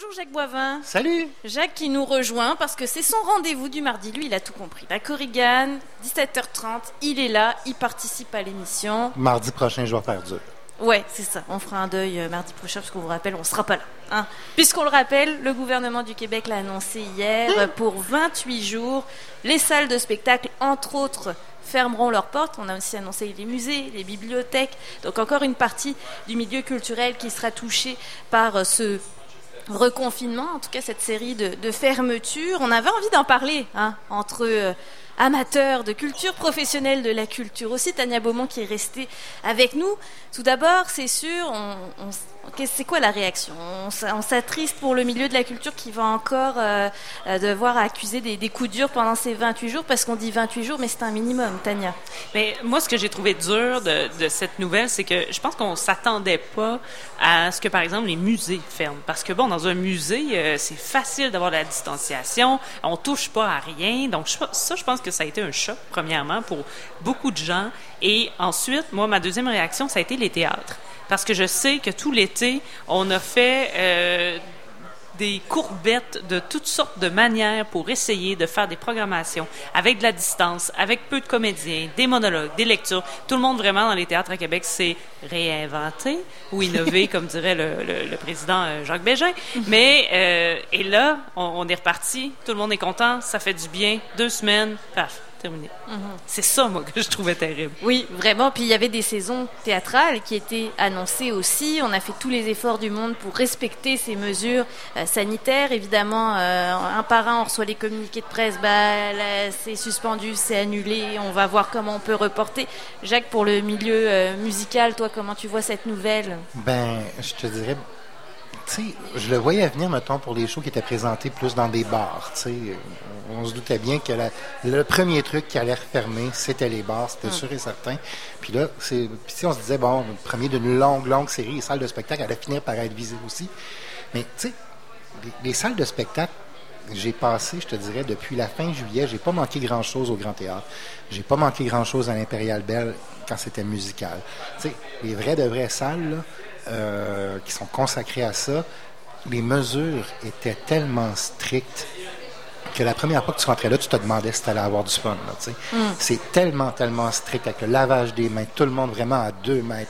Bonjour Jacques Boivin. Salut. Jacques qui nous rejoint parce que c'est son rendez-vous du mardi. Lui, il a tout compris. La Korigane, 17h30, il est là, il participe à l'émission. Mardi prochain, je vais faire dur. Ouais, c'est ça. On fera un deuil mardi prochain parce qu'on vous rappelle, on ne sera pas là. Hein. Puisqu'on le rappelle, le gouvernement du Québec l'a annoncé hier, pour 28 jours, les salles de spectacle, entre autres, fermeront leurs portes. On a aussi annoncé les musées, les bibliothèques. Donc encore une partie du milieu culturel qui sera touchée par ce reconfinement, en tout cas cette série de fermetures. On avait envie d'en parler, entre amateurs de culture, professionnels de la culture aussi. Tania Beaumont qui est restée avec nous. Tout d'abord, c'est sûr, c'est quoi la réaction? On s'attriste pour le milieu de la culture qui va encore devoir accuser des coups durs pendant ces 28 jours, parce qu'on dit 28 jours, mais c'est un minimum, Tania. Mais moi, ce que j'ai trouvé dur de cette nouvelle, c'est que je pense qu'on s'attendait pas à ce que, par exemple, les musées ferment. Parce que, bon, dans un musée, c'est facile d'avoir de la distanciation, on touche pas à rien. Donc, ça, je pense que ça a été un choc, premièrement, pour beaucoup de gens. Et ensuite, moi, ma deuxième réaction, ça a été les théâtres. Parce que je sais que tout l'été, on a fait des courbettes de toutes sortes de manières pour essayer de faire des programmations avec de la distance, avec peu de comédiens, des monologues, des lectures. Tout le monde vraiment dans les théâtres à Québec s'est réinventé ou innové, comme dirait le président Jacques Bégin. Mais et là, on est reparti, tout le monde est content, ça fait du bien, 2 semaines, paf. Terminé. C'est ça, moi, que je trouvais terrible. Oui, vraiment. Puis il y avait des saisons théâtrales qui étaient annoncées aussi. On a fait tous les efforts du monde pour respecter ces mesures sanitaires. Évidemment, un par un, on reçoit les communiqués de presse. Là, c'est suspendu, c'est annulé. On va voir comment on peut reporter. Jacques, pour le milieu musical, toi, comment tu vois cette nouvelle? Je te dirais... Tu sais, je le voyais venir, mettons, pour les shows qui étaient présentés plus dans des bars. Tu sais, on se doutait bien que le premier truc qui allait refermer, c'était les bars, c'était sûr et certain. Puis là, on se disait, bon, le premier d'une longue série, les salles de spectacle allaient finir par être visées aussi. Mais tu sais, les salles de spectacle, j'ai passé, je te dirais, depuis la fin juillet, j'ai pas manqué grand-chose au Grand Théâtre. J'ai pas manqué grand-chose à l'Impérial Belle quand c'était musical. Tu sais, les vraies salles, là, qui sont consacrés à ça, les mesures étaient tellement strictes que la première fois que tu rentrais là, tu te demandais si tu allais avoir du fun. Là, c'est tellement strict avec le lavage des mains, tout le monde vraiment à 2 mètres.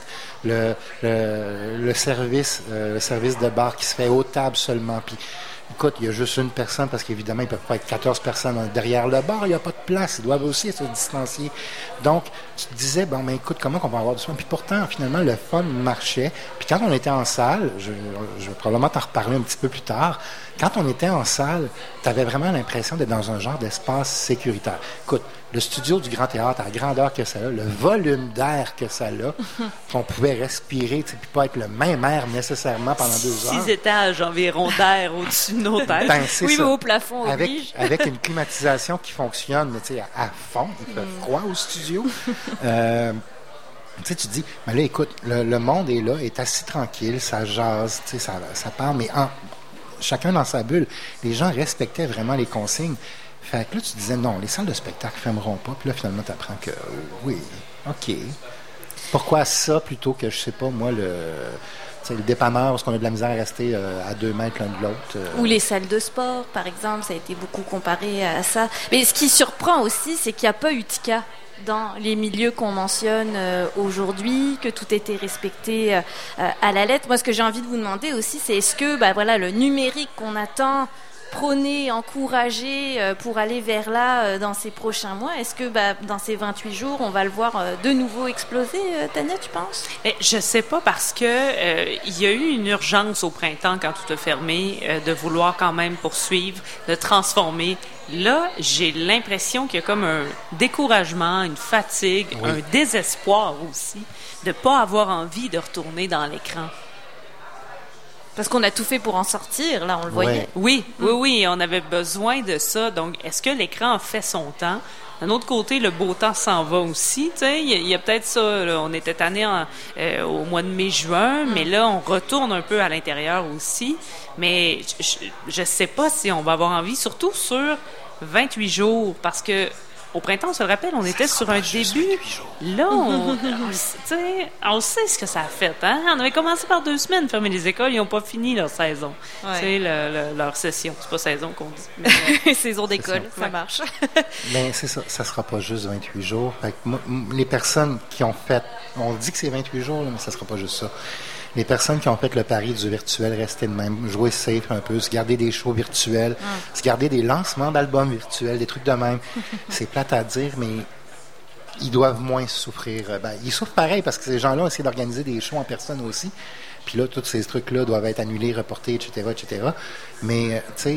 Le service de bar qui se fait aux tables seulement. Puis, écoute, il y a juste une personne parce qu'évidemment, ils ne peuvent pas être 14 personnes derrière le bar. Il n'y a pas de place. Ils doivent aussi se distancier. Donc, tu te disais, écoute, comment on va avoir du fun? Puis pourtant, finalement, le fun marchait. Puis quand on était en salle, je vais probablement t'en reparler un petit peu plus tard, quand on était en salle, tu avais vraiment l'impression d'être dans un genre d'espace sécuritaire. Écoute, le studio du Grand Théâtre, à la grandeur que ça a, le volume d'air que ça a, qu'on pouvait respirer, puis pas être le même air nécessairement pendant 2 heures. 6 étages environ d'air au-dessus de nos têtes. Oui, mais au plafond oblige. Avec une climatisation qui fonctionne à fond, il fait froid au studio. Tu te dis, mais là, écoute, le monde est là, est assis tranquille, ça jase, ça parle, mais chacun dans sa bulle. Les gens respectaient vraiment les consignes. Fait que là, tu disais, non, les salles de spectacle ne fermeront pas. Puis là, finalement, tu apprends que, oui, OK. Pourquoi ça plutôt que, je sais pas, moi, le dépanneur, parce qu'on a de la misère à rester à 2 mètres l'un de l'autre. Ou les salles de sport, par exemple, ça a été beaucoup comparé à ça. Mais ce qui surprend aussi, c'est qu'il n'y a pas eu de cas dans les milieux qu'on mentionne aujourd'hui, que tout était respecté à la lettre. Moi, ce que j'ai envie de vous demander aussi, c'est est-ce que le numérique qu'on attend, prôner, encourager pour aller vers là dans ces prochains mois, est-ce que dans ces 28 jours, on va le voir de nouveau exploser, Tania, tu penses? Je sais pas parce que il y a eu une urgence au printemps quand tout a fermé de vouloir quand même poursuivre, de transformer. Là, j'ai l'impression qu'il y a comme un découragement, une fatigue, un désespoir aussi de pas avoir envie de retourner dans l'écran. Parce qu'on a tout fait pour en sortir, là, on le voyait. Oui, on avait besoin de ça. Donc, est-ce que l'écran a fait son temps? D'un autre côté, le beau temps s'en va aussi. Tu sais, il y a peut-être ça. Là, on était tanné au mois de mai-juin, mais là, on retourne un peu à l'intérieur aussi. Mais je sais pas si on va avoir envie, surtout sur 28 jours, parce que au printemps, on se le rappelle, on était sur un début. Là, on sait ce que ça a fait. Hein? On avait commencé par 2 semaines fermer les écoles, ils n'ont pas fini leur saison. Ouais. Tu sais, leur session. C'est pas saison qu'on dit. Mais, Saison d'école, ça marche. Ben, c'est ça. Ça sera pas juste 28 jours. Fait que les personnes qui ont fait, on dit que c'est 28 jours, là, mais ça sera pas juste ça. Les personnes qui ont fait le pari du virtuel, rester de même, jouer safe un peu, se garder des shows virtuels, se garder des lancements d'albums virtuels, des trucs de même. C'est plate à dire, mais ils doivent moins souffrir. Ben, ils souffrent pareil parce que ces gens-là ont essayé d'organiser des shows en personne aussi. Puis là, tous ces trucs-là doivent être annulés, reportés, etc., etc. Mais, tu sais,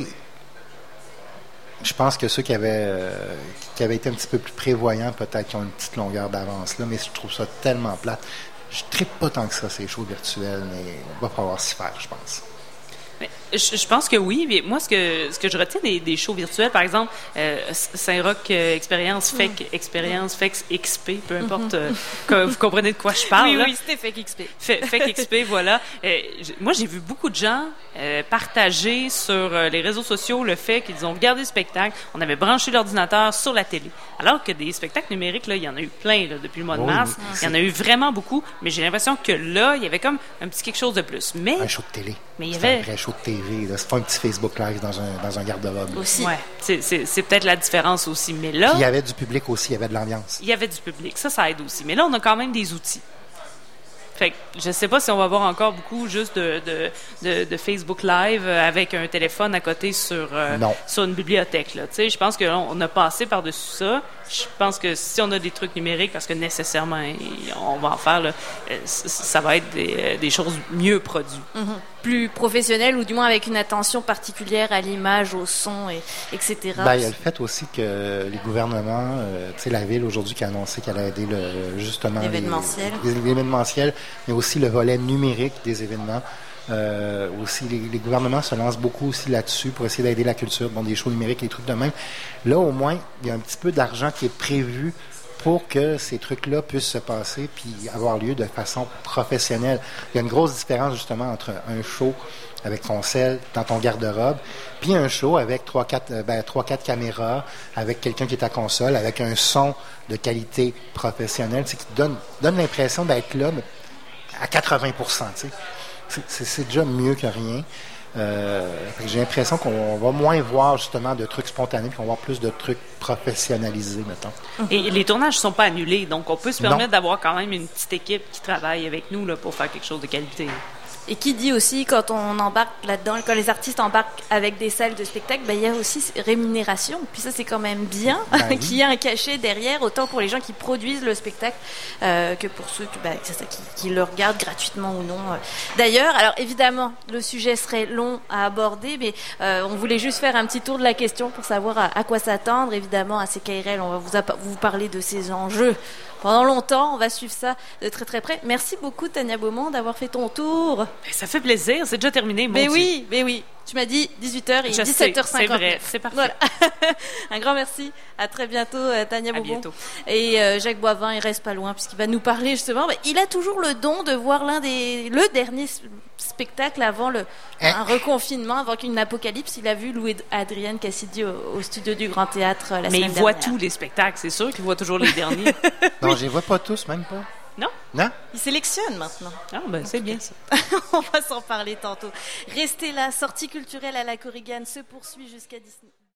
je pense que ceux qui avaient été un petit peu plus prévoyants, peut-être, qui ont une petite longueur d'avance là, mais je trouve ça tellement plate. Je trippe pas tant que ça, ces shows virtuels, mais on va falloir s'y faire, je pense. Mais je pense que oui. Mais moi, ce que je retiens des shows virtuels, par exemple, Saint-Roch Expérience, Fake Expérience, Fake XP, peu importe, vous comprenez de quoi je parle. Oui, là. oui, c'était Fake XP. Fake XP, voilà. Moi, j'ai vu beaucoup de gens partager sur les réseaux sociaux le fait qu'ils ont regardé le spectacle, on avait branché l'ordinateur sur la télé. Alors que des spectacles numériques, là, il y en a eu plein là, depuis le mois de mars. Il y en a eu vraiment beaucoup, mais j'ai l'impression que là, il y avait comme un petit quelque chose de plus. Mais Un show de télé. Mais il y c'est avait un vrai show de TV. Là. C'est pas un petit Facebook Live dans un garde-robe. Là. Aussi. ouais, c'est peut-être la différence aussi. Mais là, Puis il y avait du public aussi, il y avait de l'ambiance. il y avait du public. Ça aide aussi. Mais là, on a quand même des outils. Fait que je sais pas si on va avoir encore beaucoup juste de Facebook Live avec un téléphone à côté sur une bibliothèque. Là. Tu sais, je pense qu'on a passé par-dessus ça. Je pense que si on a des trucs numériques, parce que nécessairement on va en faire, là, ça va être des choses mieux produites. Plus professionnel ou du moins avec une attention particulière à l'image, au son, etc. Ben, il y a le fait aussi que les gouvernements, tu sais, la ville aujourd'hui qui a annoncé qu'elle a aidé justement l'événementiel, mais aussi le volet numérique des événements. Aussi, les gouvernements se lancent beaucoup aussi là-dessus pour essayer d'aider la culture, bon, des shows numériques, des trucs de même. Là, au moins, il y a un petit peu d'argent qui est prévu pour que ces trucs-là puissent se passer puis avoir lieu de façon professionnelle. Il y a une grosse différence, justement, entre un show avec ton sel dans ton garde-robe, puis un show avec 3-4 caméras, avec quelqu'un qui est à console, avec un son de qualité professionnelle, qui te donne l'impression d'être là, mais à 80%, tu sais. C'est déjà mieux que rien. J'ai l'impression qu'on va moins voir justement de trucs spontanés, puis qu'on va voir plus de trucs professionnalisés, mettons. Et les tournages ne sont pas annulés, donc on peut se permettre d'avoir quand même une petite équipe qui travaille avec nous là, pour faire quelque chose de qualité. Et qui dit aussi, quand on embarque là-dedans, quand les artistes embarquent avec des salles de spectacle, ben, il y a aussi rémunération. Puis ça, c'est quand même bien qu'il y ait un cachet derrière, autant pour les gens qui produisent le spectacle que pour ceux qui le regardent gratuitement ou non. D'ailleurs, alors évidemment, le sujet serait long à aborder, mais on voulait juste faire un petit tour de la question pour savoir à quoi s'attendre. Évidemment, à CKRL, on va vous parler de ces enjeux pendant longtemps. On va suivre ça de très très près. Merci beaucoup, Tania Beaumont, d'avoir fait ton tour. Ça fait plaisir, c'est déjà terminé. Mais oui. Tu m'as dit 18h et 17h50. C'est vrai, c'est parfait. Voilà. Un grand merci. À très bientôt, Tania Beaumont. À bientôt. Et Jacques Boivin, il reste pas loin puisqu'il va nous parler justement. Il a toujours le don de voir le dernier spectacle avant un reconfinement, avant une apocalypse. Il a vu Louis Adrienne Cassidy au studio du Grand Théâtre la semaine dernière. Mais il voit tous les spectacles, c'est sûr qu'il voit toujours les derniers. Non, je les vois pas tous, même pas. Non? Non? Il sélectionne maintenant. Ah, ben c'est bien ça. On va s'en parler tantôt. Restez là, sortie culturelle à la Korigane se poursuit jusqu'à Disney.